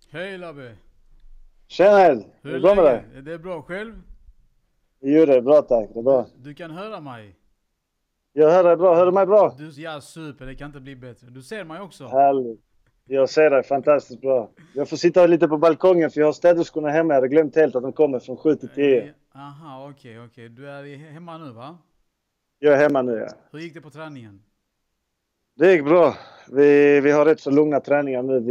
Hej Labbe! Tjena Ed! Är Hur det är bra med dig? läget? Det är bra själv? Jo, det är bra tack. Det är bra. Du kan höra mig? Jag hör dig bra. Hör du mig bra? Ja, super. Det kan inte bli bättre. Du ser mig också? Härligt. Jag ser dig fantastiskt bra. Jag får sitta lite på balkongen för jag har städerskorna hemma. Jag hade glömt helt att de kommer från 7 till 10. Aha, okej. Du är hemma nu va? Jag är hemma nu, ja. Hur gick det på träningen? Det gick bra. Vi har rätt så lugna träningar nu.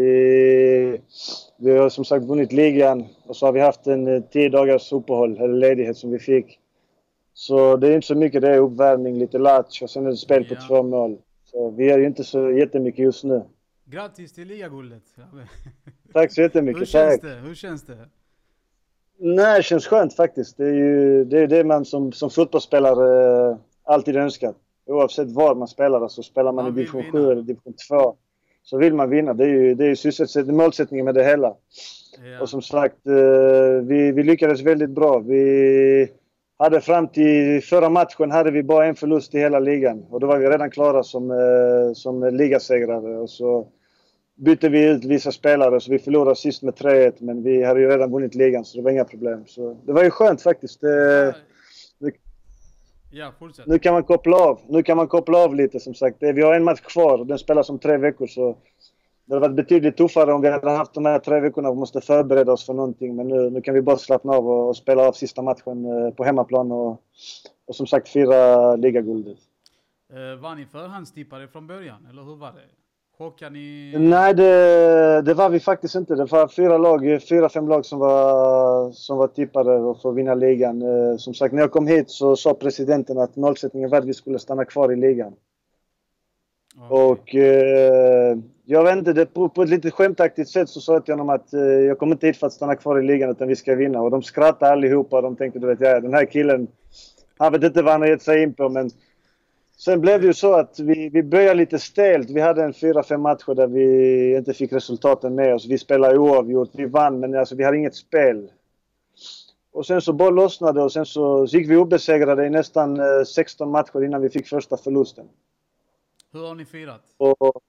Vi har som sagt vunnit ligan och så har vi haft en 10 dagars uppehåll eller ledighet som vi fick. Så det är inte så mycket. Det är uppvärmning, lite latch och sen är det spel på Ja. 2 mål. Så vi är ju inte så jättemycket just nu. Grattis till ligaguldet, Labbe. Tack så Hur jättemycket. känns Tack. det? Hur känns det? Nej, det känns skönt faktiskt. Det är ju det man som fotbollsspelare alltid önskat. Oavsett var man spelar, så spelar man i Man vill division 7 vinna. eller division 2. Så vill man vinna. Det är ju målsättningen med det hela. Och Ja. som sagt, vi lyckades väldigt bra. Vi hade fram till förra matchen hade vi bara en förlust i hela ligan. Och då var vi redan klara som ligasegrare. Och så bytte vi ut vissa spelare så vi förlorade sist med 3-1, men vi hade ju redan vunnit ligan så det var inga problem. Så det var ju skönt faktiskt. Va? Nu, Ja, fortsätt. nu kan man koppla av. Nu kan man koppla av lite som sagt. Vi har en match kvar och den spelas om 3 veckor så det hade varit betydligt tuffare om vi hade haft de här 3 veckorna och måste förbereda oss för någonting. Men nu kan vi bara slappna av och spela av sista matchen på hemmaplan och som sagt fira ligaguldet. Var ni förhandstippade från början, eller hur var det? Chockade ni? Nej, det var vi faktiskt inte. Det var 4-5 lag som var tippade för att vinna ligan. Som sagt, när jag kom hit så sa presidenten att målsättningen var att vi skulle stanna kvar i ligan. Okej. Och jag vet inte, på ett lite skämtaktigt sätt så sa jag till honom att jag kommer inte hit för att stanna kvar i ligan utan vi ska vinna. Och de skrattade allihopa. De tänkte, du vet, ja, den här killen, han vet inte vad han har gett sig in på, men sen blev det ju så att vi började lite stelt. Vi hade en 4-5 matcher där vi inte fick resultaten med oss. Vi spelade oavgjort, vi vann, men alltså, vi hade inget spel. Och sen så bara lossnade och sen så gick vi obesegrade i nästan 16 matcher innan vi fick första förlusten. Hur har ni firat? Och,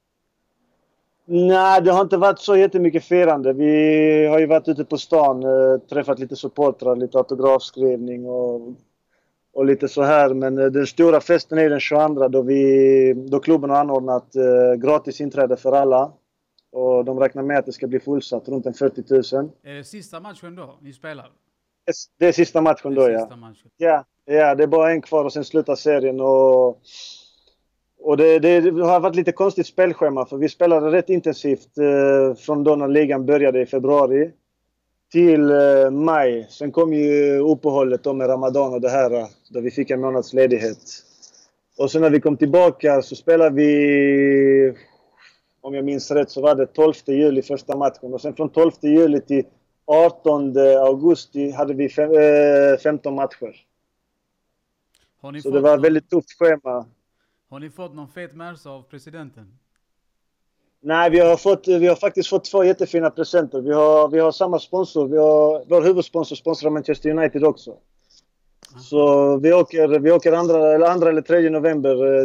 nej, det har inte varit så jättemycket firande. Vi har ju varit ute på stan, träffat lite supportrar, lite autografskrivning och lite så här. Men den stora festen är den 22 då klubben har anordnat gratis inträde för alla. Och de räknar med att det ska bli fullsatt, runt en 40 000. Är det sista matchen då ni spelar? Det är sista matchen Det då, är ja. sista matchen. Ja, det är bara en kvar och sen slutar serien. Och det har varit lite konstigt spelschema för vi spelade rätt intensivt från då när ligan började i februari till maj. Sen kom ju uppehållet då med Ramadan och det här där vi fick en månads ledighet. Och sen när vi kom tillbaka så spelade vi, om jag minns rätt så var det 12 juli första matchen. Och sen från 12 juli till 18 augusti hade vi 15 matcher. Har ni Så fått det var någon, väldigt tufft schema. har ni fått någon fet märsa av presidenten? Nej, vi har faktiskt fått 2 jättefina presenter. Vi har samma sponsor. Vår huvudsponsor sponsrar Manchester United också. Så vi åker andra eller 3 november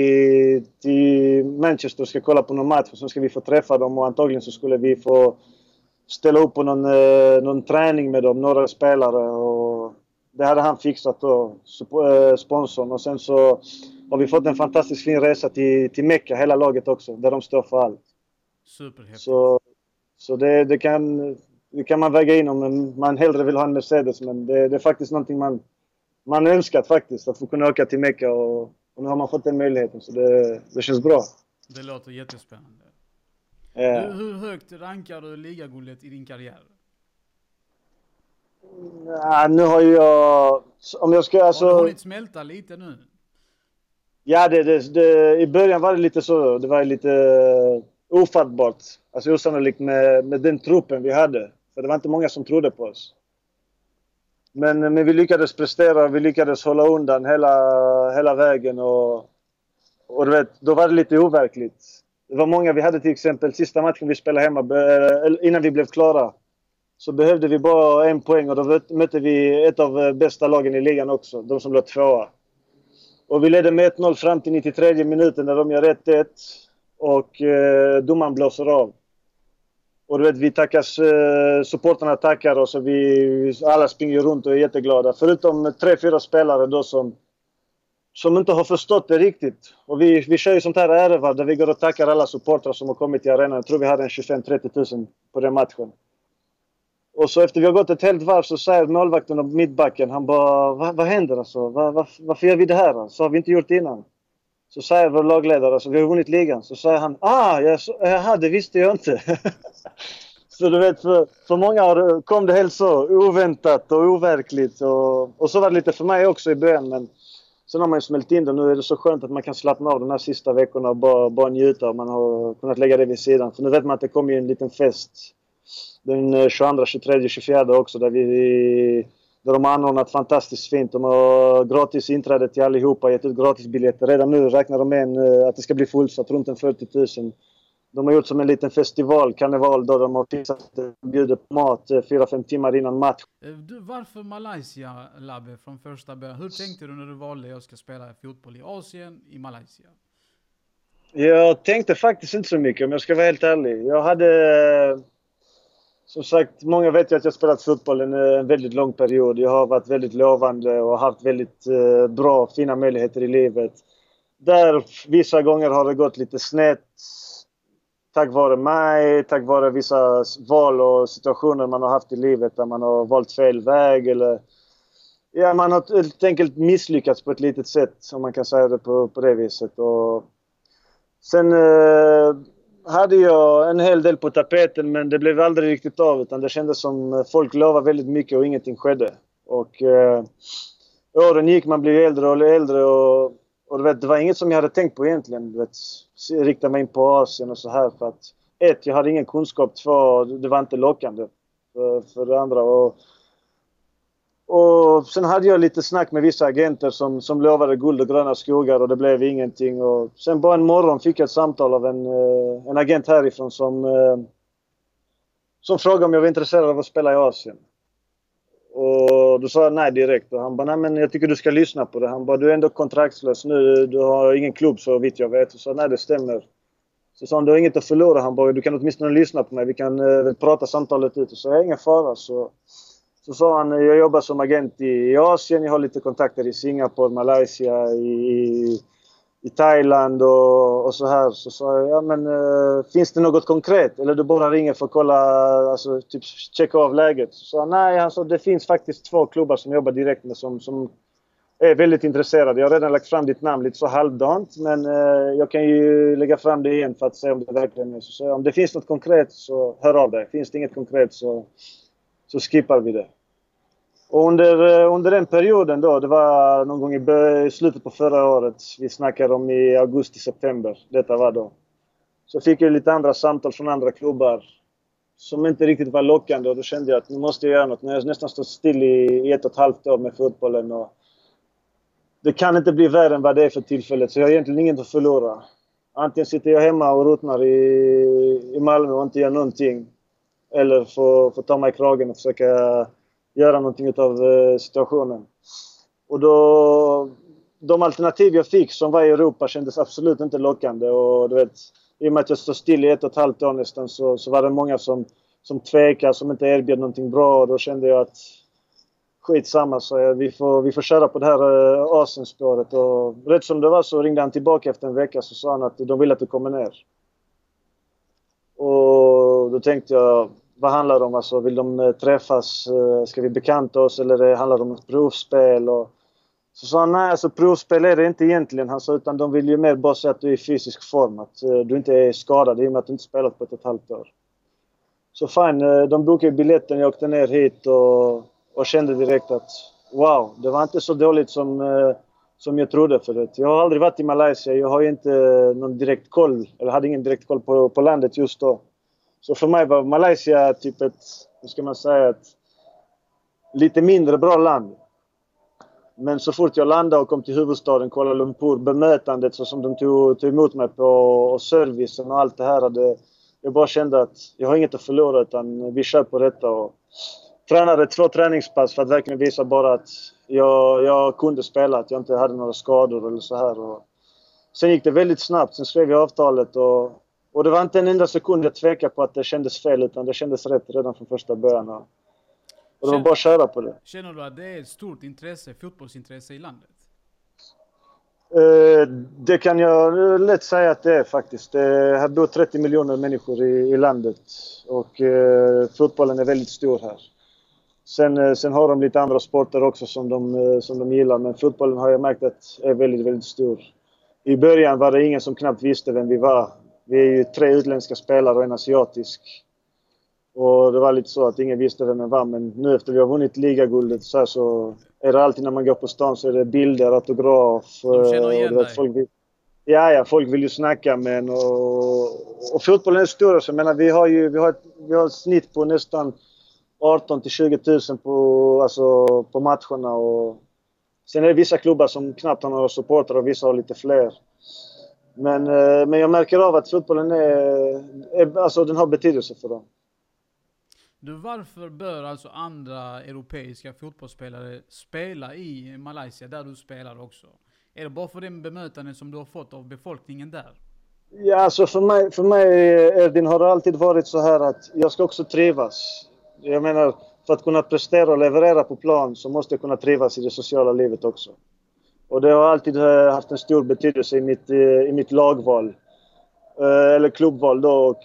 till Manchester och ska kolla på någon match. Och så ska vi få träffa dem och antagligen så skulle vi få ställa upp på någon träning med dem, några spelare. Och det hade han fixat då, sponsorn. Och sen så har vi fått en fantastiskt fin resa till Mecka, hela laget också, där de står för allt. Superhäftigt. Så det kan man väga in om man hellre vill ha en Mercedes. Men det är faktiskt någonting man önskat faktiskt. Att få kunna åka till Mecka och nu har man fått den möjligheten. Så det känns bra. Det låter jättespännande. Ja. Hur högt rankar du ligaguldet i din karriär? Nu har jag... Om jag ska Har alltså... du hunnit smälta lite nu? Ja, i början var det lite så. Det var lite ofattbart. Alltså osannolikt med den truppen vi hade. För det var inte många som trodde på oss. Men vi lyckades prestera. Vi lyckades hålla undan hela vägen. Och du vet, då var det lite overkligt. Det var många vi hade till exempel. Sista matchen vi spelade hemma. Innan vi blev klara. Så behövde vi bara 1 poäng. Och då mötte vi ett av bästa lagen i ligan också. De som blev 2:a. Och vi ledde med 1-0 fram till 93 minuten när de gör 1-1. Och domaren blåser av. Och du vet, vi tackas, supporterna tackar och så vi alla springer runt och är jätteglada. Förutom 3-4 spelare då som inte har förstått det riktigt. Och vi kör ju sånt här ärevarv där vi går och tackar alla supportrar som har kommit till arenan. Jag tror vi hade en 25-30 000 på den matchen. Och så efter vi har gått ett helt varv så säger målvakten och mittbacken, han bara, vad händer alltså? Varför gör vi det här? Så har vi inte gjort innan. Så säger vår lagledare, alltså, vi har vunnit ligan. Så säger han, det visste jag inte. Så du vet, för många kom det helt så oväntat och overkligt. Och så var det lite för mig också i början. Men sen har man ju smält in det. Nu är det så skönt att man kan slappna av de här sista veckorna och bara njuta. Och man har kunnat lägga det vid sidan. För nu vet man att det kommer ju en liten fest. Den 22, 23, 24 också. Där de har anordnat fantastiskt fint. De har gratis inträde till allihopa. Gett ut gratis biljetter. Redan nu räknar de med att det ska bli fullsatt runt en 40 000. De har gjort som en liten festival, karneval, då de har fixat bjuder på mat 4-5 timmar innan match. Varför Malaysia, Labbe, från första början? Hur tänkte du när du valde att jag ska spela fotboll i Asien, i Malaysia? Jag tänkte faktiskt inte så mycket, om jag ska vara helt ärlig. Jag hade, som sagt, många vet ju att jag spelat fotboll en väldigt lång period. Jag har varit väldigt lovande och haft väldigt bra, fina möjligheter i livet. Där vissa gånger har det gått lite snett. Tack vare mig, tack vare vissa val och situationer man har haft i livet där man har valt fel väg eller man har helt enkelt misslyckats på ett litet sätt, om man kan säga det på det viset. Och sen hade jag en hel del på tapeten, men det blev aldrig riktigt av, utan det kändes som folk lovade väldigt mycket och ingenting skedde. Och åren gick, man blev äldre och äldre och du vet, det var inget som jag hade tänkt på egentligen. Du vet, rikta mig in på Asien och så här. För att jag hade ingen kunskap. Två, det var inte lockande för det andra. Och sen hade jag lite snack med vissa agenter som lovade guld och gröna skogar och det blev ingenting. Och sen bara en morgon fick jag ett samtal av en agent härifrån som frågade om jag var intresserad av att spela i Asien. Och då sa jag nej direkt. Och han bara, nej men jag tycker du ska lyssna på det. Han bara, du är ändå kontraktslös nu. Du har ingen klubb så vitt jag vet. Och så nej det stämmer. Så sa han, du har inget att förlora. Han bara, du kan åtminstone lyssna på mig. Vi kan prata samtalet ut. Och så jag ingen fara. Så sa han, jag jobbar som agent i Asien. Jag har lite kontakter i Singapore, Malaysia, i Thailand och så här. Så sa jag, ja men finns det något konkret? Eller du bara ringer för att kolla, alltså typ checka av läget? Så sa han, nej, alltså, det finns faktiskt 2 klubbar som jobbar direkt med som är väldigt intresserade. Jag har redan lagt fram ditt namn lite så halvdant, men jag kan ju lägga fram det igen för att se om det verkligen är. Så sa jag, om det finns något konkret så hör av dig. Finns det inget konkret så skippar vi det. Och under den perioden då, det var någon gång i slutet på förra året, vi snackade om i augusti-september, detta var då. Så fick jag lite andra samtal från andra klubbar som inte riktigt var lockande och då kände jag att nu måste jag göra något. Nu har jag nästan stått still i 1,5 år med fotbollen och det kan inte bli värre än vad det är för tillfället, så jag har egentligen inget att förlora. Antingen sitter jag hemma och rotnar i Malmö och inte gör någonting, eller får ta mig i kragen och försöka göra någonting av situationen. Och då, de alternativ jag fick som var i Europa kändes absolut inte lockande. Och du vet, i och med att jag stod still i 1,5 år nästan så var det många som tvekade, som inte erbjöd någonting bra. Och då kände jag att skitsamma, så vi får köra på det här Asienspåret. Och rätt som det var så ringde han tillbaka efter en vecka, så sa han att de vill att du kommer ner. Och då tänkte jag, vad handlar det om? Alltså, vill de träffas? Ska vi bekanta oss? Eller handlar det om ett provspel? Och så sa han, nej, alltså provspel är det inte egentligen. Han sa, utan de vill ju mer bara säga att du är i fysisk form. Att du inte är skadad i och med att du inte spelat på 1,5 år. Så fine, de bokade biljetten. Jag åkte ner hit och kände direkt att wow, det var inte så dåligt som jag trodde förut. Jag har aldrig varit i Malaysia. Jag har ju inte någon direkt koll, eller hade ingen direkt koll på landet just då. Så för mig var Malaysia typ hur ska man säga, ett lite mindre bra land. Men så fort jag landade och kom till huvudstaden Kuala Lumpur, bemötandet så som de tog emot mig på och servicen och allt det här, jag bara kände att jag har inget att förlora, utan vi kör på detta. Och tränade 2 träningspass för att verkligen visa bara att jag kunde spela, att jag inte hade några skador eller så här. Och sen gick det väldigt snabbt, sen skrev jag avtalet och Och det var inte en enda sekund jag tvekade på att det kändes fel, utan det kändes rätt redan från första början. Och det var bara att köra på det. Känner du att det är ett stort intresse, fotbollsintresse i landet? Det kan jag lätt säga att det är faktiskt. Här bor 30 miljoner människor i landet. Och fotbollen är väldigt stor här. Sen har de lite andra sporter också som de gillar. Men fotbollen har jag märkt att är väldigt, väldigt stor. I början var det ingen som knappt visste vem vi var. Vi är ju 3 utländska spelare och en asiatisk. Och det var lite så att ingen visste vem jag var. Men nu efter vi har vunnit ligaguldet så är det alltid när man går på stan så är det bilder, autograf. De känner igen dig. Folk vill ju snacka med en. Och fotbollen är stor. Så jag menar, vi har ett snitt på nästan 18 till 20 000 på matcherna. Och sen är det vissa klubbar som knappt har några supportrar och vissa har lite fler. Men jag märker av att fotbollen den har betydelse för dem. Varför bör alltså andra europeiska fotbollsspelare spela i Malaysia där du spelar också? Är det bara för den bemötande som du har fått av befolkningen där? Ja, alltså för mig Erdin, har det alltid varit så här att jag ska också trivas. Jag menar, för att kunna prestera och leverera på plan så måste jag kunna trivas i det sociala livet också. Och det har alltid haft en stor betydelse i mitt lagval. Eller klubbval då. Och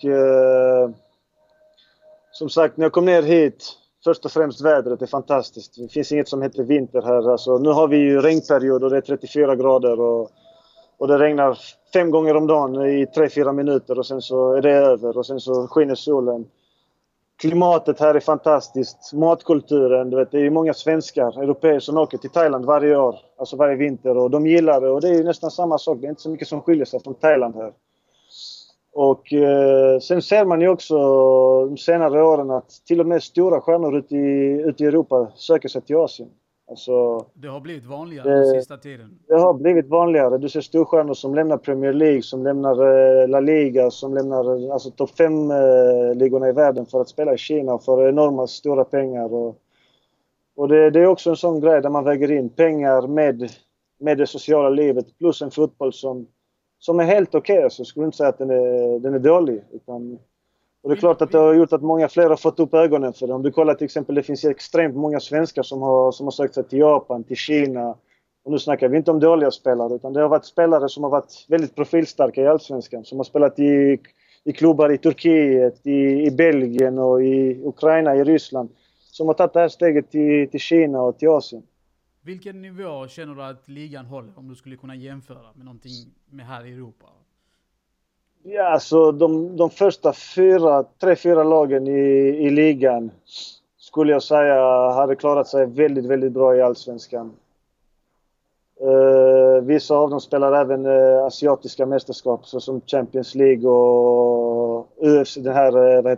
som sagt, när jag kom ner hit, först och främst vädret är fantastiskt. Det finns inget som heter vinter här. Alltså, nu har vi ju regnperiod och det är 34 grader och det regnar 5 gånger om dagen i 3-4 minuter och sen så är det över och sen så skiner solen. Klimatet här är fantastiskt. Matkulturen, du vet, det är ju många svenskar, europeer som åker till Thailand varje år, alltså varje vinter, och de gillar det och det är ju nästan samma sak. Det är inte så mycket som skiljer sig från Thailand här. Och sen ser man ju också de senare åren att till och med stora stjärnor ute i Europa söker sig till Asien. Alltså, det har blivit vanligare den sista tiden. Det har blivit vanligare. Du ser storstjärnor som lämnar Premier League, som lämnar La Liga, som lämnar topp 5-ligorna i världen för att spela i Kina för enorma stora pengar. Och det är också en sån grej där man väger in pengar med det sociala livet plus en fotboll som är helt okej. Så jag skulle inte säga att den är dålig. Och det är klart att det har gjort att många fler har fått upp ögonen för det. Om du kollar till exempel, det finns extremt många svenskar som har sökt sig till Japan, till Kina. Och nu snackar vi inte om dåliga spelare, utan det har varit spelare som har varit väldigt profilstarka i Allsvenskan. Som har spelat i klubbar i Turkiet, i Belgien och i Ukraina, i Ryssland. Som har tagit det här steget till Kina och till Asien. Vilken nivå känner du att ligan håller, om du skulle kunna jämföra med någonting med här i Europa? Ja, alltså de första 3-4 lagen i ligan skulle jag säga hade klarat sig väldigt, väldigt bra i Allsvenskan. Vissa av dem spelar även asiatiska mästerskap såsom Champions League och UFC, den här,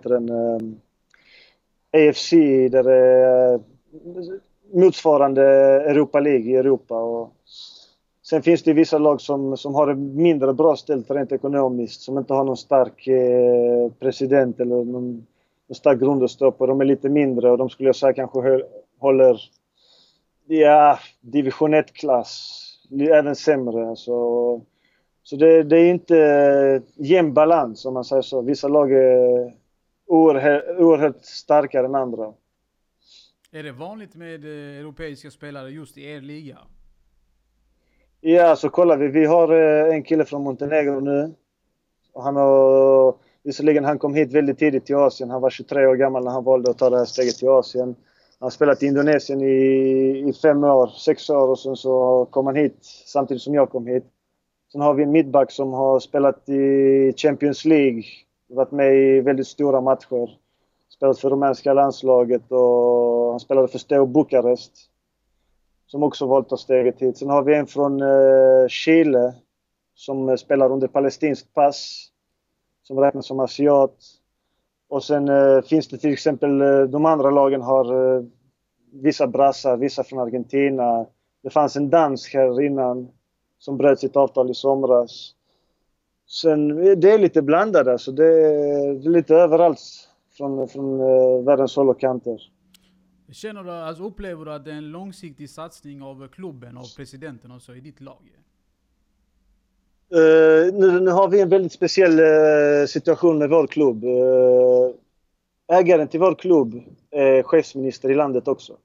AFC, där det är motsvarande Europa League i Europa. Och sen finns det vissa lag som har det mindre bra ställt rent ekonomiskt, som inte har någon stark president eller någon stark grund att stå på. De är lite mindre och de skulle jag säga kanske håller division 1-klass, även sämre. Så det är inte jämn balans, om man säger så. Vissa lag är oerhört starkare än andra. Är det vanligt med europeiska spelare just i er liga? Ja, så kollar vi. Vi har en kille från Montenegro nu. Och han kom hit väldigt tidigt till Asien. Han var 23 år gammal när han valde att ta det här steget till Asien. Han har spelat i Indonesien i 6 år och sen så kom han hit samtidigt som jag kom hit. Sen har vi en mittback som har spelat i Champions League. Varit med i väldigt stora matcher. Spelat för rumänska landslaget och han spelade för Steaua Bukarest. Som också valt att steget hit. Sen har vi en från Chile som spelar under palestinskt pass. Som räknas som asiat. Och sen finns det till exempel, de andra lagen har vissa brassar, vissa från Argentina. Det fanns en dansk här innan som bröt sitt avtal i somras. Sen det är lite blandat, alltså. Det är lite överallt från världens håll och kanter. Känner du, upplever du att det är en långsiktig satsning av klubben och presidenten också i ditt lag? Nu har vi en väldigt speciell situation med vår klubb. Ägaren till vår klubb är chefsminister i landet också.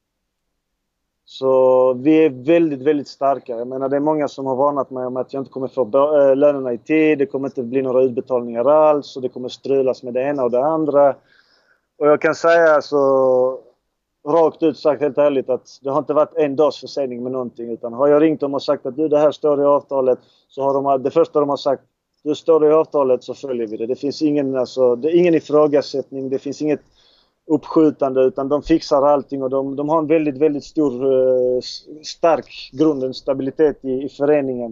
Så vi är väldigt, väldigt starka. Jag menar, det är många som har varnat mig om att jag inte kommer få lönerna i tid. Det kommer inte bli några utbetalningar alls. Och det kommer strulas med det ena och det andra. Och jag kan säga så rakt ut sagt helt ärligt att det har inte varit en dags försening med någonting. Utan har jag ringt dem och sagt att du, det här står i avtalet. Så har det första de har sagt, du står i avtalet så följer vi det. Det finns ingen, det är ingen ifrågasättning. Det finns inget uppskjutande, utan de fixar allting och de har en väldigt, väldigt stor stark grund, en stabilitet i föreningen.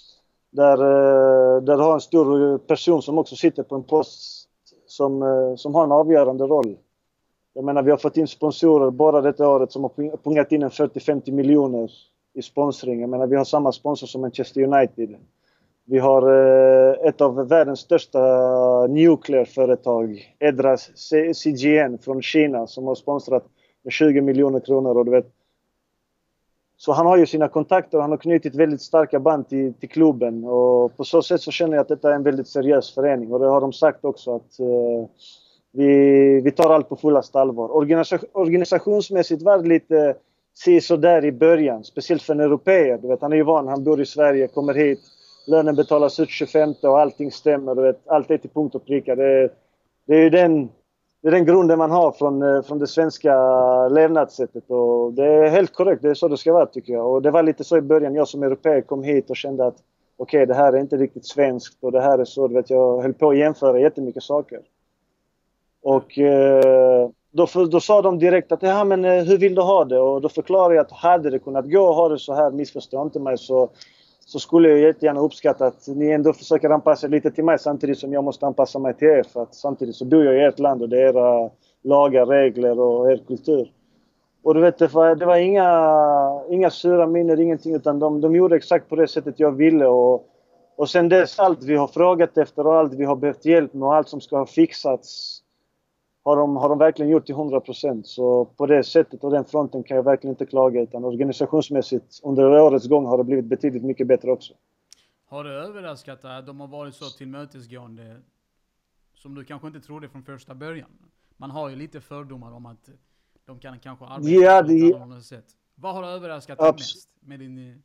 Där har en stor person som också sitter på en post som har en avgörande roll. Jag menar, vi har fått in sponsorer bara detta året som har pungat in en 40-50 miljoner i sponsring. Jag menar, vi har samma sponsor som Manchester United. Vi har ett av världens största nuclear-företag, Edra CGN från Kina, som har sponsrat med 20 miljoner kronor. Och du vet. Så han har ju sina kontakter och han har knutit väldigt starka band till klubben. Och på så sätt så känner jag att detta är en väldigt seriös förening. Och det har de sagt också att vi tar allt på fullaste allvar. Organisationsmässigt var det lite så där i början, speciellt för en europeer. Du vet, han är ju van, han bor i Sverige, kommer hit. Lönen betalas ut 25 och allting stämmer. Du vet, allt är till punkt och pricka. Det är ju den grunden man har från det svenska levnadssättet. Och det är helt korrekt. Det är så det ska vara, tycker jag. Och det var lite så i början. Jag som europeer kom hit och kände att okej, det här är inte riktigt svenskt. Och det här är så. Du vet, jag höll på att jämföra jättemycket saker. Och då sa de direkt att ja, men hur vill du ha det? Och då förklarade jag att hade det kunnat gå och ha det så här, missförstå inte mig, så skulle jag jättegärna uppskatta att ni ändå försöker anpassa lite till mig samtidigt som jag måste anpassa mig till er. För att samtidigt så bor jag i ert land och det är era lagar, regler och er kultur. Och du vet, det var inga sura minner, ingenting, utan de gjorde exakt på det sättet jag ville. Och sen dess, allt vi har frågat efter och allt vi har behövt hjälp med och allt som ska ha fixats har de verkligen gjort till 100%. Så på det sättet och den fronten kan jag verkligen inte klaga, utan organisationsmässigt under årets gång har det blivit betydligt mycket bättre också. Har du överraskat att de har varit så tillmötesgående som du kanske inte trodde från första början? Man har ju lite fördomar om att de kan kanske arbeta på ett annat sätt. Vad har överraskat dig mest med din...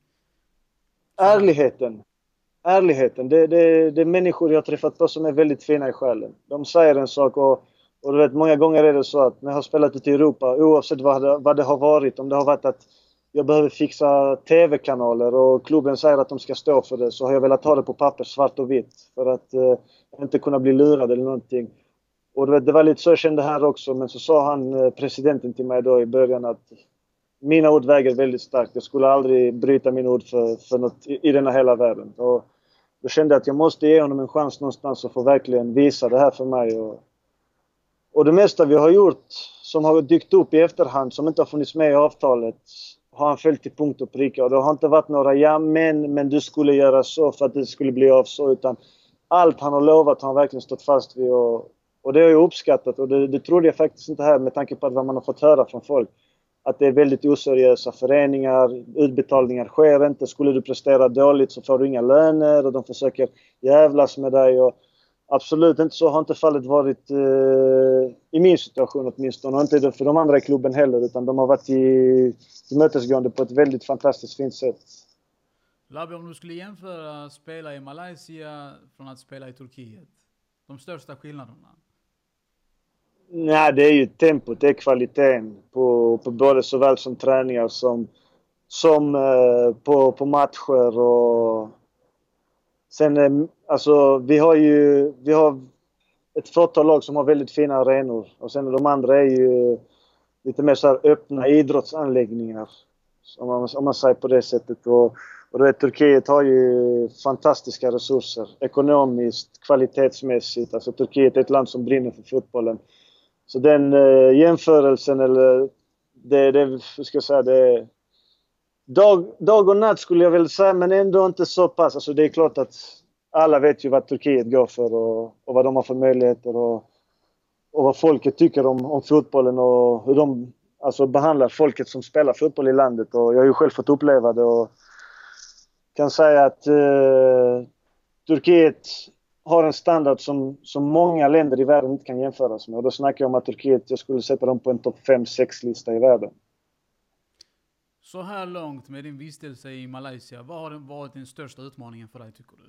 Ärligheten. Det är människor jag har träffat på som är väldigt fina i själen. De säger en sak och du vet, många gånger är det så att när jag har spelat ute i Europa, oavsett vad det har varit, om det har varit att jag behöver fixa tv-kanaler och klubben säger att de ska stå för det, så har jag velat ha det på papper, svart och vitt, för att inte kunna bli lurad eller någonting. Och du vet, det var lite så jag kände här också, men så sa han, presidenten till mig då i början, att mina ord väger väldigt starkt. Jag skulle aldrig bryta mina ord för något i denna hela världen. Och då kände jag att jag måste ge honom en chans någonstans och få verkligen visa det här för mig. Och det mesta vi har gjort som har dykt upp i efterhand, som inte har funnits med i avtalet, har han följt till punkt och pricka. Och det har inte varit några men du skulle göra så för att det skulle bli av så, utan allt han har lovat har han verkligen stått fast vid. Och det har jag uppskattat, och det trodde jag faktiskt inte här med tanke på vad man har fått höra från folk. Att det är väldigt oseriösa föreningar, utbetalningar sker inte. Skulle du prestera dåligt så får du inga löner och de försöker jävlas med dig. Och absolut inte så har inte fallet varit i min situation åtminstone. Och inte för de andra i klubben heller, utan de har varit tillmötesgående på ett väldigt fantastiskt fint sätt. Labbe, om du skulle jämföra spela i Malaysia från att spela i Turkiet, de största skillnaderna? Nej, det är ju tempot, det är kvaliteten på både såväl som träningar som på matcher. Och sen alltså vi har ett fåtal lag som har väldigt fina arenor, och sen de andra är ju lite mer så här öppna idrottsanläggningar, om man säger på det sättet. Och då är Turkiet har ju fantastiska resurser ekonomiskt, kvalitetsmässigt. Alltså Turkiet är ett land som brinner för fotbollen. Så den jämförelsen, eller det ska jag säga, det är dag och natt skulle jag väl säga, men ändå inte så pass. Alltså det är klart att alla vet ju vad Turkiet går för och vad de har för möjligheter och vad folket tycker om fotbollen och hur de alltså behandlar folket som spelar fotboll i landet. Och jag har ju själv fått uppleva det och kan säga att Turkiet har en standard som många länder i världen inte kan jämföras med. Och då snackar jag om att Turkiet, jag skulle sätta dem på en topp 5-6-lista i världen. Så här långt med din vistelse i Malaysia, vad har varit den största utmaningen för dig, tycker du?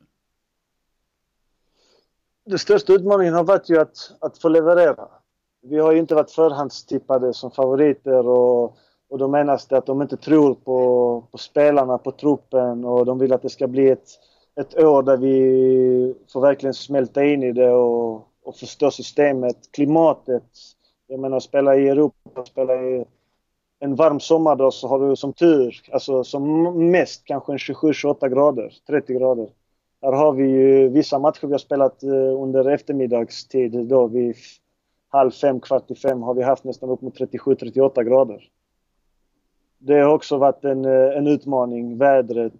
Den största utmaningen har varit ju att få leverera. Vi har ju inte varit förhandstippade som favoriter och då menas det att de inte tror på spelarna, på truppen, och de vill att det ska bli ett år där vi får verkligen smälta in i det och förstå systemet, klimatet. Jag menar, spela i Europa, spela i en varm sommardag, så har du som tur, alltså som mest kanske en 27-28 grader, 30 grader. Här har vi ju vissa matcher vi har spelat under eftermiddagstid, då vid 4:30, 4:45 har vi haft nästan upp mot 37-38 grader. Det har också varit en utmaning, vädret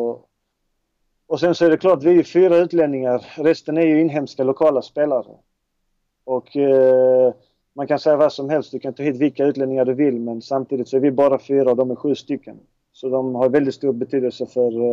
och sen så är det klart, vi är 4 utlänningar, resten är ju inhemska lokala spelare. Och man kan säga vad som helst, du kan ta hit vilka utlänningar du vill, men samtidigt så är vi bara 4 och de är 7 stycken. Så de har väldigt stor betydelse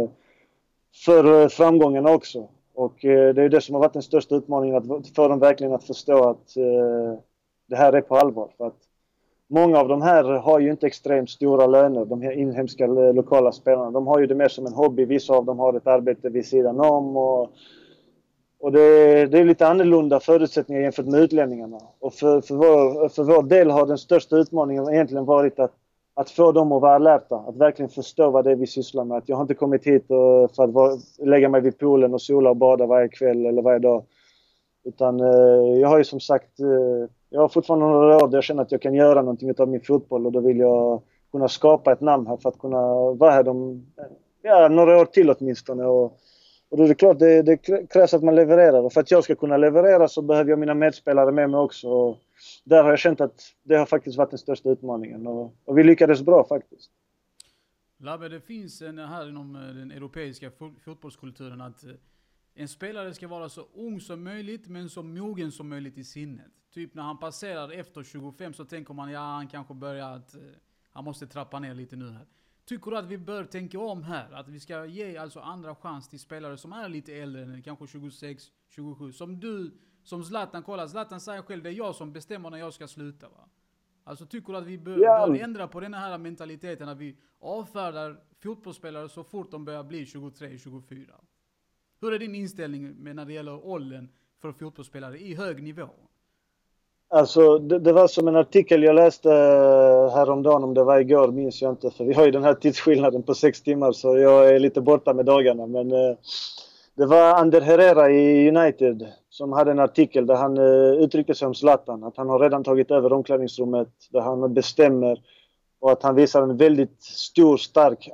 för framgången också. Och det är det som har varit den största utmaningen, att få dem verkligen att förstå att det här är på allvar. För att många av de här har ju inte extremt stora löner, de här inhemska lokala spelarna. De har ju det mer som en hobby, vissa av dem har ett arbete vid sidan om och det är lite annorlunda förutsättningar jämfört med utlänningarna. Och för vår del har den största utmaningen egentligen varit att få dem att vara alerta, att verkligen förstå vad det är vi sysslar med. Att jag har inte kommit hit för att lägga mig vid poolen och sola och bada varje kväll eller varje dag. Utan jag har ju som sagt, jag har fortfarande några år där jag känner att jag kan göra någonting av min fotboll, och då vill jag kunna skapa ett namn här för att kunna vara här några år till åtminstone. Och då är det klart, det krävs att man levererar. Och för att jag ska kunna leverera så behöver jag mina medspelare med mig också. Och där har jag känt att det har faktiskt varit den största utmaningen. Och vi lyckades bra faktiskt. Labbe, det finns här inom den europeiska fotbollskulturen att en spelare ska vara så ung som möjligt men så mogen som möjligt i sinnet. Typ när han passerar efter 25 så tänker man, han kanske börjar han måste trappa ner lite nu här. Tycker du att vi bör tänka om här? Att vi ska ge alltså andra chans till spelare som är lite äldre, kanske 26, 27. Som du, som Zlatan, kolla, Zlatan säger själv, det är jag som bestämmer när jag ska sluta, va? Alltså tycker du att vi bör ändra på den här mentaliteten, att vi avfärdar fotbollsspelare så fort de börjar bli 23, 24? Hur är din inställning när det gäller åldern för fotbollsspelare i hög nivå? Alltså det var som en artikel jag läste häromdagen, om det var igår minns jag inte, för vi har ju den här tidsskillnaden på 6 timmar så jag är lite borta med dagarna, men det var Ander Herrera i United som hade en artikel där han uttryckte sig om Zlatan, att han har redan tagit över omklädningsrummet, där han bestämmer och att han visar en väldigt stor, stark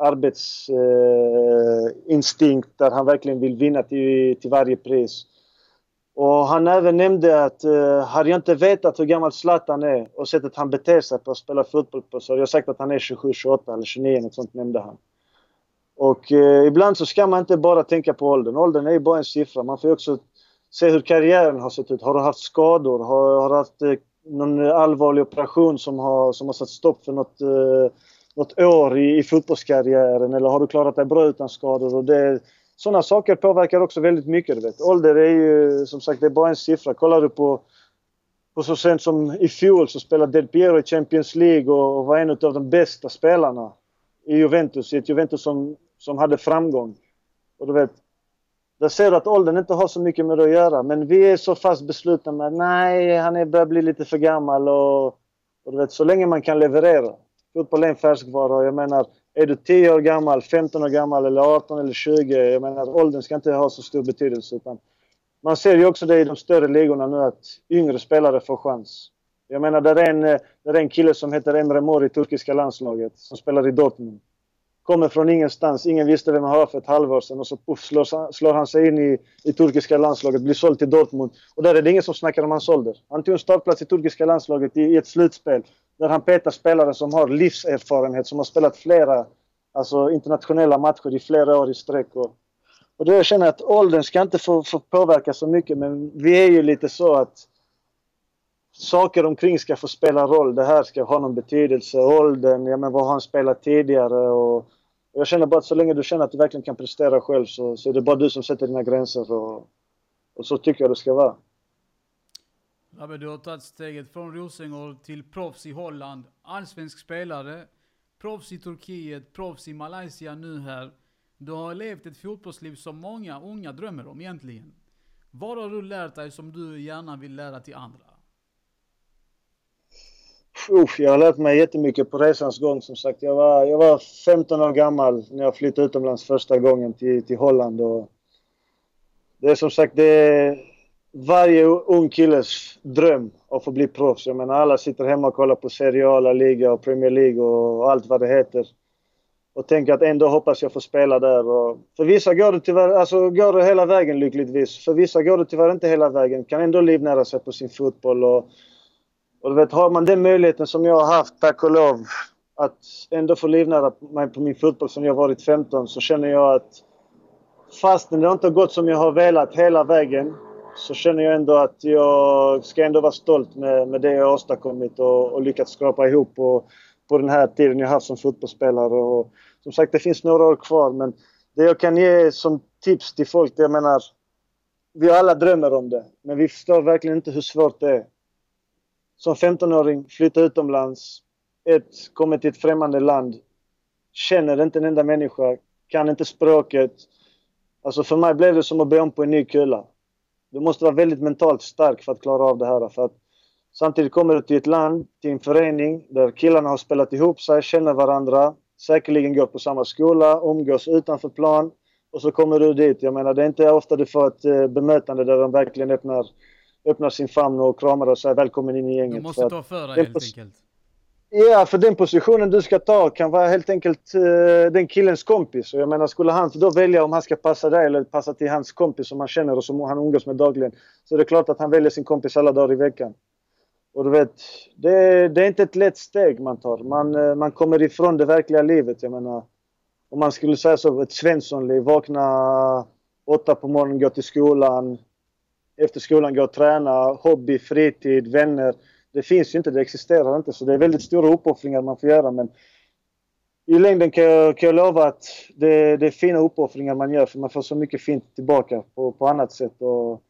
arbetsinstinkt där han verkligen vill vinna till varje pris. Och han även nämnde att hade jag inte vetat hur gammal Zlatan är och sett att han beter sig på att spela fotboll på, så hade jag sagt att han är 27, 28 eller 29, något sånt nämnde han. Och ibland så ska man inte bara tänka på åldern. Åldern är ju bara en siffra. Man får ju också se hur karriären har sett ut. Har du haft skador? Har du haft någon allvarlig operation som har satt stopp för något år i fotbollskarriären? Eller har du klarat dig bra utan skador? Och sådana saker påverkar också väldigt mycket, du vet. Ålder är ju, som sagt, det är bara en siffra. Kollar du på så sent som i fjol så spelade Del Piero i Champions League och var en av de bästa spelarna i Juventus. I ett Juventus som hade framgång. Och du vet, där ser du att åldern inte har så mycket med det att göra. Men vi är så fast beslutna med att nej, han börjar bli lite för gammal. Och du vet, så länge man kan leverera. Fotboll är en färskvara. Jag menar, är du 10 år gammal, 15 år gammal eller 18 eller 20, jag menar, åldern ska inte ha så stor betydelse. Utan man ser ju också det i de större ligorna nu, att yngre spelare får chans. Jag menar, där är en kille som heter Emre Mor i turkiska landslaget som spelar i Dortmund. Kommer från ingenstans, ingen visste vem han var för ett halvår sedan, och så slår han sig in i turkiska landslaget, blir såld till Dortmund. Och där är det ingen som snackar om hans ålder. Han tog en startplats i turkiska landslaget i ett slutspel där han petar spelare som har livserfarenhet, som har spelat flera internationella matcher i flera år i sträck. Och då jag känner att åldern ska inte få påverka så mycket, men vi är ju lite så att saker omkring ska få spela roll. Det här ska ha någon betydelse. Åldern, vad har han spelat tidigare? Jag känner bara att så länge du känner att du verkligen kan prestera själv så är det bara du som sätter dina gränser och så tycker jag det ska vara. Rabbe, du har tagit steget från Rosengård till proffs i Holland, allsvensk spelare, proffs i Turkiet, proffs i Malaysia nu här. Du har levt ett fotbollsliv som många unga drömmer om egentligen. Vad har du lärt dig som du gärna vill lära till andra? Jag har lärt mig jättemycket på resans gång, som sagt. Jag var 15 år gammal när jag flyttade utomlands första gången till Holland. Och det är som sagt, det är varje ung killes dröm att få bli proffs. Jag menar, alla sitter hemma och kollar på Serie A, La Liga och Premier League och allt vad det heter. Och tänker att ändå hoppas jag får spela där. Och för vissa går det tyvärr, alltså går det hela vägen lyckligtvis. För vissa går det tyvärr inte hela vägen. Kan ändå livnära sig på sin fotboll. Och du vet, har man den möjligheten som jag har haft, tack och lov, att ändå få livnära mig på min fotboll som jag varit 15, så känner jag att fastän det inte har gått som jag har velat hela vägen, så känner jag ändå att jag ska ändå vara stolt med det jag har åstadkommit och lyckats skrapa ihop på den här tiden jag har haft som fotbollsspelare. Och som sagt, det finns några år kvar, men det jag kan ge som tips till folk, det jag menar, vi alla drömmer om det, men vi förstår verkligen inte hur svårt det är. Som 15-åring, flytta utomlands, kommer till ett främmande land, känner inte en enda människa, kan inte språket. Alltså för mig blev det som att börja om på en ny kula. Du måste vara väldigt mentalt stark för att klara av det här. För att samtidigt kommer du till ett land, till en förening där killarna har spelat ihop sig, känner varandra, säkerligen går på samma skola, umgås utanför plan. Och så kommer du dit. Jag menar, det är inte ofta du får ett bemötande där de verkligen öppnar sin famn och kramar och säger välkommen in i gänget. Du måste ta för dig helt enkelt. Ja, för den positionen du ska ta kan vara helt enkelt den killens kompis. Och jag menar, skulle han då välja om han ska passa dig eller passa till hans kompis som han känner och som han umgås med dagligen, så är det klart att han väljer sin kompis alla dagar i veckan. Och du vet, det är inte ett lätt steg man tar. Man kommer ifrån det verkliga livet. Jag menar, om man skulle säga så, ett Svenssonliv, vakna 8 på morgonen, gå till skolan, efter skolan gå och träna, hobby, fritid, vänner. Det finns ju inte, det existerar inte. Så det är väldigt stora uppoffringar man får göra. Men i längden kan jag lova att det är fina uppoffringar man gör. För man får så mycket fint tillbaka på annat sätt. Och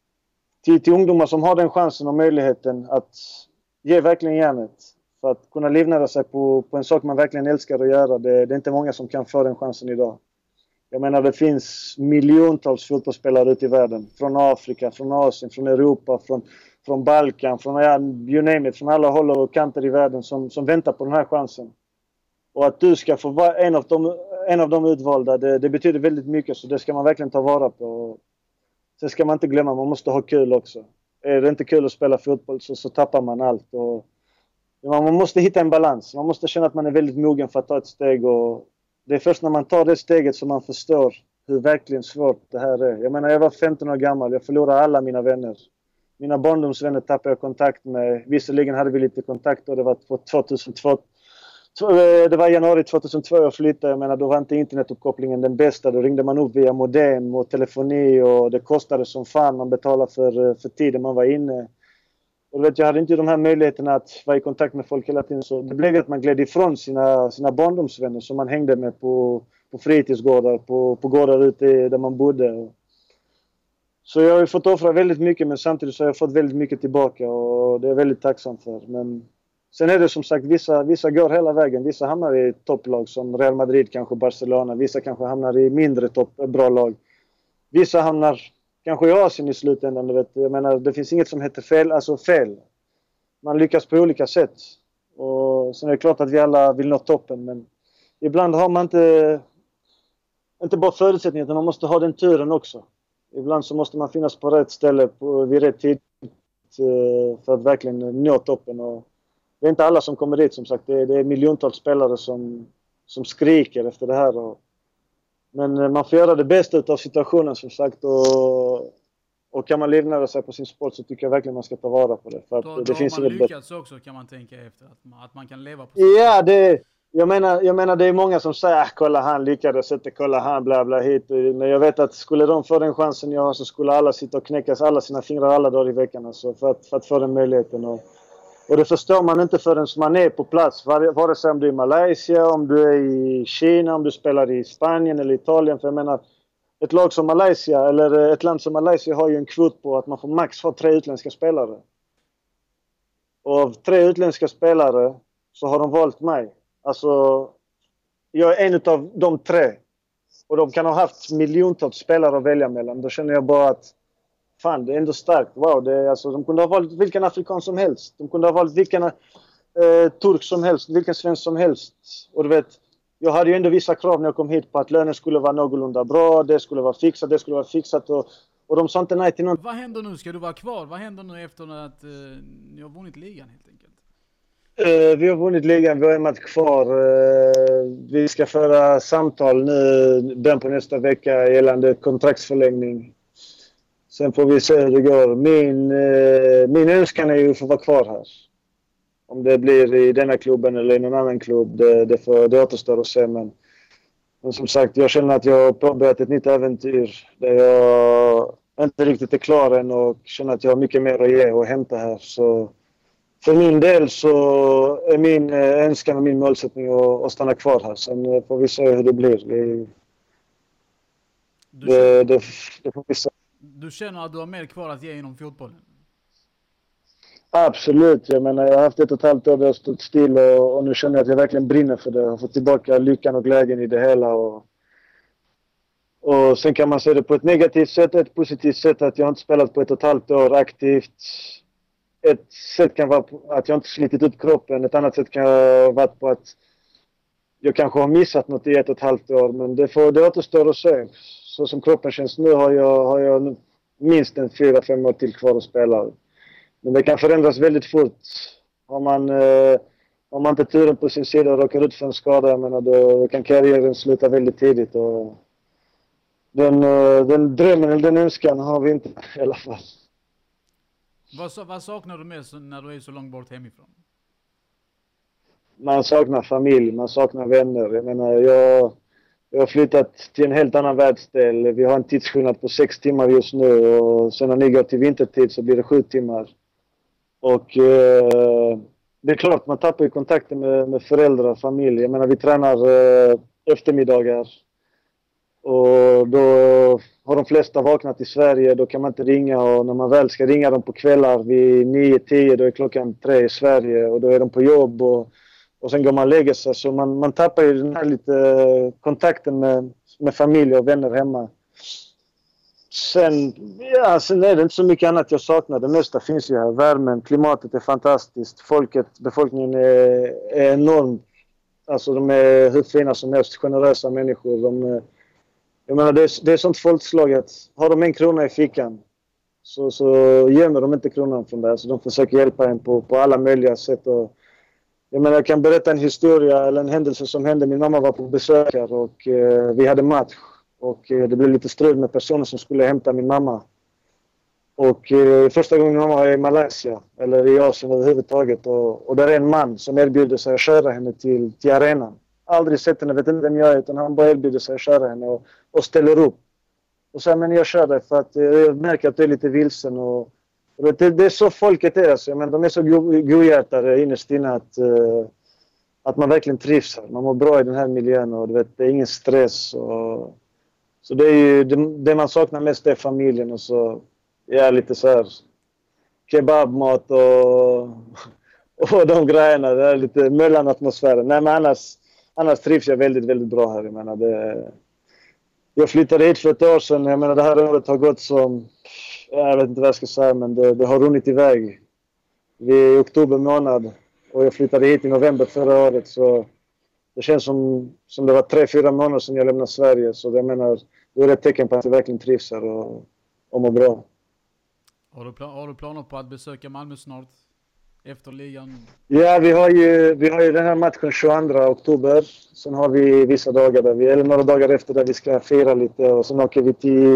till ungdomar som har den chansen och möjligheten att ge verkligen järnet. För att kunna livnära sig på en sak man verkligen älskar att göra. Det är inte många som kan få den chansen idag. Jag menar, det finns miljontals fotbollsspelare ute i världen. Från Afrika, från Asien, från Europa, från Balkan, you name it, från alla håll och kanter i världen som väntar på den här chansen. Och att du ska få vara en av de utvalda, det betyder väldigt mycket, så det ska man verkligen ta vara på. Sen ska man inte glömma, man måste ha kul också. Är det inte kul att spela fotboll så tappar man allt. Och man måste hitta en balans. Man måste känna att man är väldigt mogen för att ta ett steg. Och det är först när man tar det steget som man förstår hur verkligen svårt det här är. Jag menar, jag var 15 år gammal. Jag förlorade alla mina vänner. Mina barndomsvänner tappade jag kontakt med. Visserligen hade vi lite kontakt och det var 2002. Det var januari 2002 jag flyttade. Jag menar, då var inte internetuppkopplingen den bästa. Då ringde man upp via modem och telefoni och det kostade som fan. Man betalade för tiden man var inne. Och jag hade inte de här möjligheterna att vara i kontakt med folk hela tiden. Så det blev att man gled ifrån sina barndomsvänner som man hängde med på fritidsgårdar, på gårdar ute där man bodde. Så jag har ju fått offra väldigt mycket, men samtidigt så har jag fått väldigt mycket tillbaka och det är jag väldigt tacksam för. Men sen är det som sagt, vissa går hela vägen. Vissa hamnar i topplag som Real Madrid, kanske Barcelona. Vissa kanske hamnar i mindre bra lag. Vissa hamnar kanske i Asien i slutändan. Du vet. Jag menar, det finns inget som heter fel. Man lyckas på olika sätt. Och sen är det klart att vi alla vill nå toppen. Men ibland har man inte bara förutsättningar, utan man måste ha den turen också. Ibland så måste man finnas på rätt ställe vid rätt tid för att verkligen nå toppen. Och det är inte alla som kommer dit, som sagt. Det är miljontals spelare som skriker efter det här. Men man får göra det bästa av situationen, som sagt. Och kan man livnära sig på sin sport, så tycker jag verkligen man ska ta vara på det. För att det finns man lyckats också, kan man tänka efter. Att man kan leva på sin sport. Jag menar det är många som säger kolla han lyckades inte, kolla han bla bla hit. Men jag vet att skulle de få den chansen så skulle alla sitta och knäckas alla sina fingrar alla dagar i veckan. Alltså, för att få den möjligheten. Och Och det förstår man inte förrän man är på plats. Vare sig om du är i Malaysia, om du är i Kina, om du spelar i Spanien eller Italien. För jag menar, ett lag som Malaysia, eller ett land som Malaysia har ju en kvot på att man får max ha 3 utländska spelare. Och av 3 utländska spelare så har de valt mig. Alltså, jag är en av de 3. Och de kan ha haft miljontals spelare att välja mellan. Då känner jag bara att fan, det är ändå starkt. Wow, alltså, de kunde ha valt vilken afrikan som helst. De kunde ha valt vilken turk som helst, vilken svensk som helst. Och du vet, jag hade ju ändå vissa krav när jag kom hit på att lönen skulle vara någorlunda bra. Det skulle vara fixat. Och de sa inte nej till någon. Vad händer nu? Ska du vara kvar? Vad händer nu efter att ni har vunnit ligan helt enkelt? Vi har vunnit ligan, vi har en match kvar. Vi ska föra samtal nu den på nästa vecka gällande kontraktsförlängning. Sen får vi se hur det går. Min önskan är ju att få vara kvar här. Om det blir i denna klubben eller i någon annan klubb, det återstår att se. Men som sagt, jag känner att jag har påbörjat ett nytt äventyr där jag inte riktigt är klar än och känner att jag har mycket mer att ge och hämta här. Så för min del så är min önskan och min målsättning att stanna kvar här. Sen får vi se hur det blir. Det får vi se. Du känner att du har mer kvar att ge inom fotbollen? Absolut. Jag menar, jag har haft 1,5 år där jag stått still och nu känner jag att jag verkligen brinner för det. Jag har fått tillbaka lyckan och glädjen i det hela. Och sen kan man se det på ett negativt sätt, ett positivt sätt att jag inte spelat på 1,5 år aktivt. Ett sätt kan vara att jag inte slitit upp kroppen. Ett annat sätt kan vara på att jag kanske har missat något i 1,5 år. Men det återstår att se. Så som kroppen känns nu har jag minst 4-5 år till kvar att spela. Men det kan förändras väldigt fort. Om man inte turen på sin sida och råkar ut för en skada, jag menar, då kan karriären sluta väldigt tidigt. Och den drömmen eller den önskan har vi inte i alla fall. Vad saknar du mest när du är så långt bort hemifrån? Man saknar familj, man saknar vänner. Jag menar, jag har flyttat till en helt annan världsdel. Vi har en tidsskillnad på 6 timmar just nu och sen när ni går till vintertid så blir det 7 timmar. Och det är klart, man tappar ju kontakten med föräldrar och familj. Jag menar, vi tränar eftermiddagar. Och då har de flesta vaknat i Sverige. Då kan man inte ringa. Och när man väl ska ringa dem på kvällar vid 9-10, då är klockan 3 i Sverige. Och då är de på jobb och sen går man och lägger sig. Så man tappar ju den här lite kontakten med familj och vänner hemma. Sen är det inte så mycket annat jag saknar. Det mesta finns ju här. Värmen, klimatet är fantastiskt. Befolkningen är enorm. Alltså de är hur fina som helst. Generösa människor. Jag menar, det är sånt folkslag att har de 1 krona i fickan så gömmer de inte kronan från det. Så de försöker hjälpa en på alla möjliga sätt. Och jag menar, jag kan berätta en historia eller en händelse som hände. Min mamma var på besök här och vi hade match. Och det blev lite strul med personer som skulle hämta min mamma. Och första gången mamma var i Malaysia, eller i Asien överhuvudtaget. Och där är en man som erbjuder sig att köra henne till arenan. Aldrig sett henne, vet inte vem jag är, utan han bara erbjuder sig att köra henne och ställer upp. Och säger, men jag kör dig för att jag märker att du är lite vilsen. Och det är så folket är. Alltså. Men de är så godhjärtade innerst inne att man verkligen trivs här. Man mår bra i den här miljön och det är ingen stress. Så det är ju det man saknar mest är familjen och så lite så här kebabmat och de grejerna. Det är lite mellanatmosfären. Nej, men annars trivs jag väldigt, väldigt bra här. Jag menar, jag flyttade hit för 1 år sedan. Jag menar, det här året har gått som, jag vet inte vad jag ska säga, men det har runnit iväg. Vi är i oktober månad och jag flyttade hit i november förra året. Så det känns som det var 3-4 månader sedan jag lämnade Sverige. Så jag menar, det är ett tecken på att jag verkligen trivs här och mår bra. Har du planer på att besöka Malmö snart? Efter ligan? Ja, vi har ju den här matchen 22 oktober. Sen har vi vissa dagar eller några dagar efter där vi ska fira lite. Och sen åker vi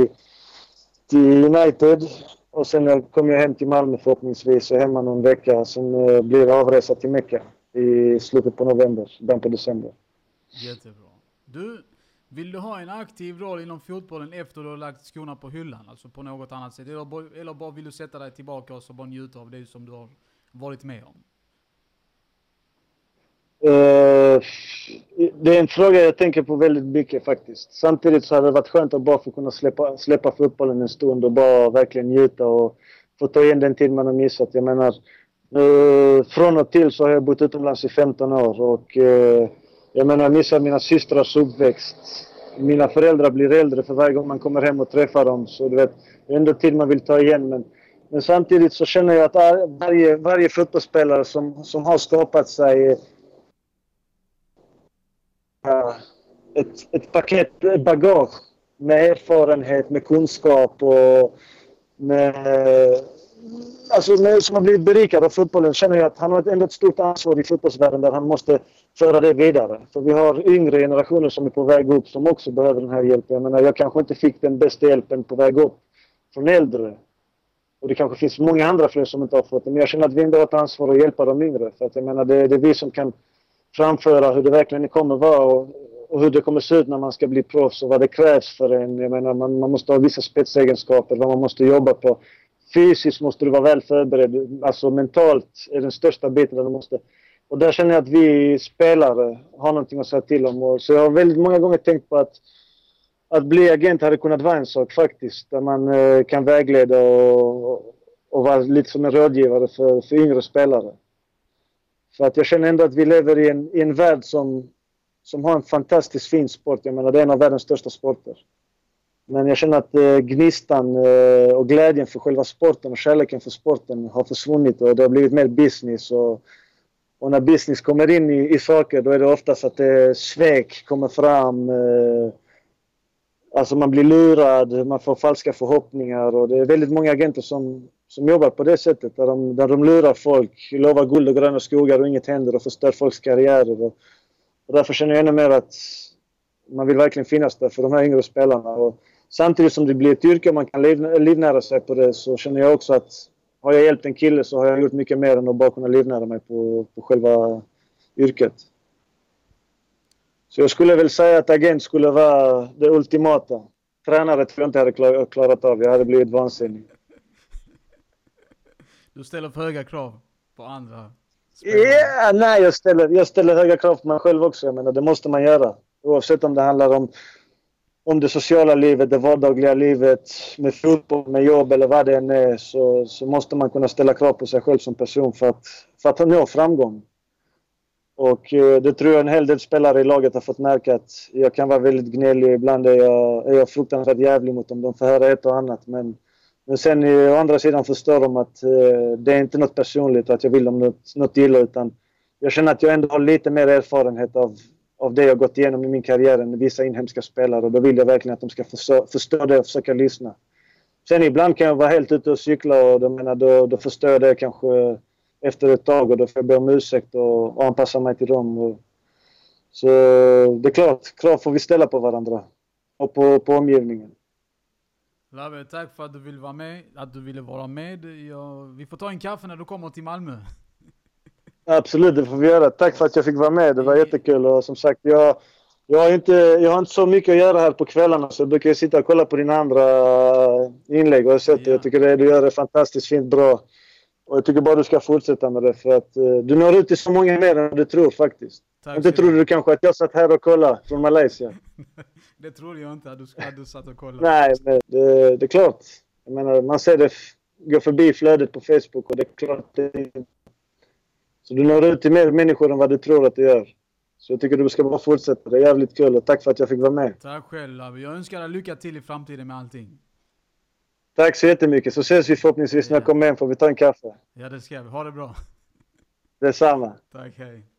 till United. Och sen kommer jag hem till Malmö förhoppningsvis. Och hemma någon vecka. Sen blir det avresa till Mecka i slutet på november, början på december. Jättebra. Vill du ha en aktiv roll inom fotbollen efter du har lagt skorna på hyllan? Alltså på något annat sätt? Eller bara vill du sätta dig tillbaka och så bara njuta av det som du har varit med om? Det är en fråga jag tänker på väldigt mycket faktiskt. Samtidigt så hade det varit skönt att bara få kunna släppa fotbollen en stund och bara verkligen njuta och få ta igen den tid man har missat. Jag menar, från och till så har jag bott utomlands i 15 år och jag menar, jag missar mina systrars uppväxt. Mina föräldrar blir äldre för varje gång man kommer hem och träffar dem, så du vet, det är ändå tid man vill ta igen. Men samtidigt så känner jag att varje fotbollsspelare som har skapat sig ett paket bagage med erfarenhet, med kunskap och som har blivit berikad av fotbollen, känner jag att han har ändå ett stort ansvar i fotbollsvärlden där han måste föra det vidare. För vi har yngre generationer som är på väg upp som också behöver den här hjälpen. Jag menar, jag kanske inte fick den bästa hjälpen på väg upp från äldre. Och det kanske finns många andra fler som inte har fått det. Men jag känner att vi ändå har ett ansvar att hjälpa de yngre. För att jag menar, det är vi som kan framföra hur det verkligen kommer vara och hur det kommer se ut när man ska bli proffs och vad det krävs för en. Jag menar, man måste ha vissa spetsegenskaper, vad man måste jobba på. Fysiskt måste du vara väl förberedd. Alltså mentalt är den största biten där du måste. Och där känner jag att vi spelare har någonting att säga till om. Så jag har väldigt många gånger tänkt på att bli agent hade kunnat vara en sak faktiskt. Där man kan vägleda och vara lite som en rådgivare för yngre spelare. För att jag känner ändå att vi lever i en värld som har en fantastiskt fin sport. Jag menar, det är en av världens största sporter. Men jag känner att gnistan och glädjen för själva sporten och kärleken för sporten har försvunnit och det har blivit mer business. Och när business kommer in i saker, då är det oftast att svek kommer fram. Alltså man blir lurad, man får falska förhoppningar och det är väldigt många agenter som jobbar på det sättet. Där de lurar folk, lovar guld och gröna skogar och inget händer och förstör folks karriärer. Och därför känner jag ännu mer att man vill verkligen finnas där för de här yngre spelarna. Och samtidigt som det blir ett yrke och man kan livnära sig på det, så känner jag också att har jag hjälpt en kille så har jag gjort mycket mer än att bara kunna livnära mig på själva yrket. Så jag skulle väl säga att agent skulle vara det ultimata. Tränare tror jag inte hade klarat av. Jag hade blivit vansinnig. Du ställer för höga krav på andra spelare. Yeah, nej, jag ställer höga krav på mig själv också. Jag menar, det måste man göra. Oavsett om det handlar om det sociala livet, det vardagliga livet, med fotboll, med jobb eller vad det än är, så måste man kunna ställa krav på sig själv som person för att nå framgång. Och det tror jag en hel del spelare i laget har fått märka att jag kan vara väldigt gnällig. Ibland är jag fruktansvärt jävlig mot dem. De får höra ett och annat. Men sen å andra sidan förstår de att det är inte något personligt att jag vill dem något illa, utan jag känner att jag ändå har lite mer erfarenhet av det jag gått igenom i min karriär än vissa inhemska spelare. Och då vill jag verkligen att de ska förstå det och försöka lyssna. Sen ibland kan jag vara helt ute och cykla och då förstår jag det kanske efter ett tag och då får jag be om ursäkt och anpassa mig till dem. Så det är klart, krav får vi ställa på varandra och på omgivningen. Labbe, tack för att du ville vara med. Vi får ta en kaffe när du kommer till Malmö. Absolut, det får vi göra. Tack för att jag fick vara med. Det var jättekul och som sagt, jag har inte så mycket att göra här på kvällarna, så jag brukar sitta och kolla på dina andra inlägg och jag tycker det du gör är fantastiskt fint bra. Och jag tycker bara du ska fortsätta med det, för att du når ut till så många mer än du tror faktiskt. Inte tror du kanske att jag satt här och kollade från Malaysia. Det tror jag inte att du satt och kollade. Nej, men det är klart. Jag menar, man ser det gå förbi flödet på Facebook och det är klart så du når ut till mer människor än vad du tror att du gör. Så jag tycker du ska bara fortsätta. Det är jävligt kul och tack för att jag fick vara med. Tack själv, Labbe. Jag önskar dig lycka till i framtiden med allting. Tack så jättemycket. Så ses vi förhoppningsvis när jag kommer hem. Får vi ta en kaffe? Ja, det ska vi. Ha det bra. Detsamma. Tack, hej.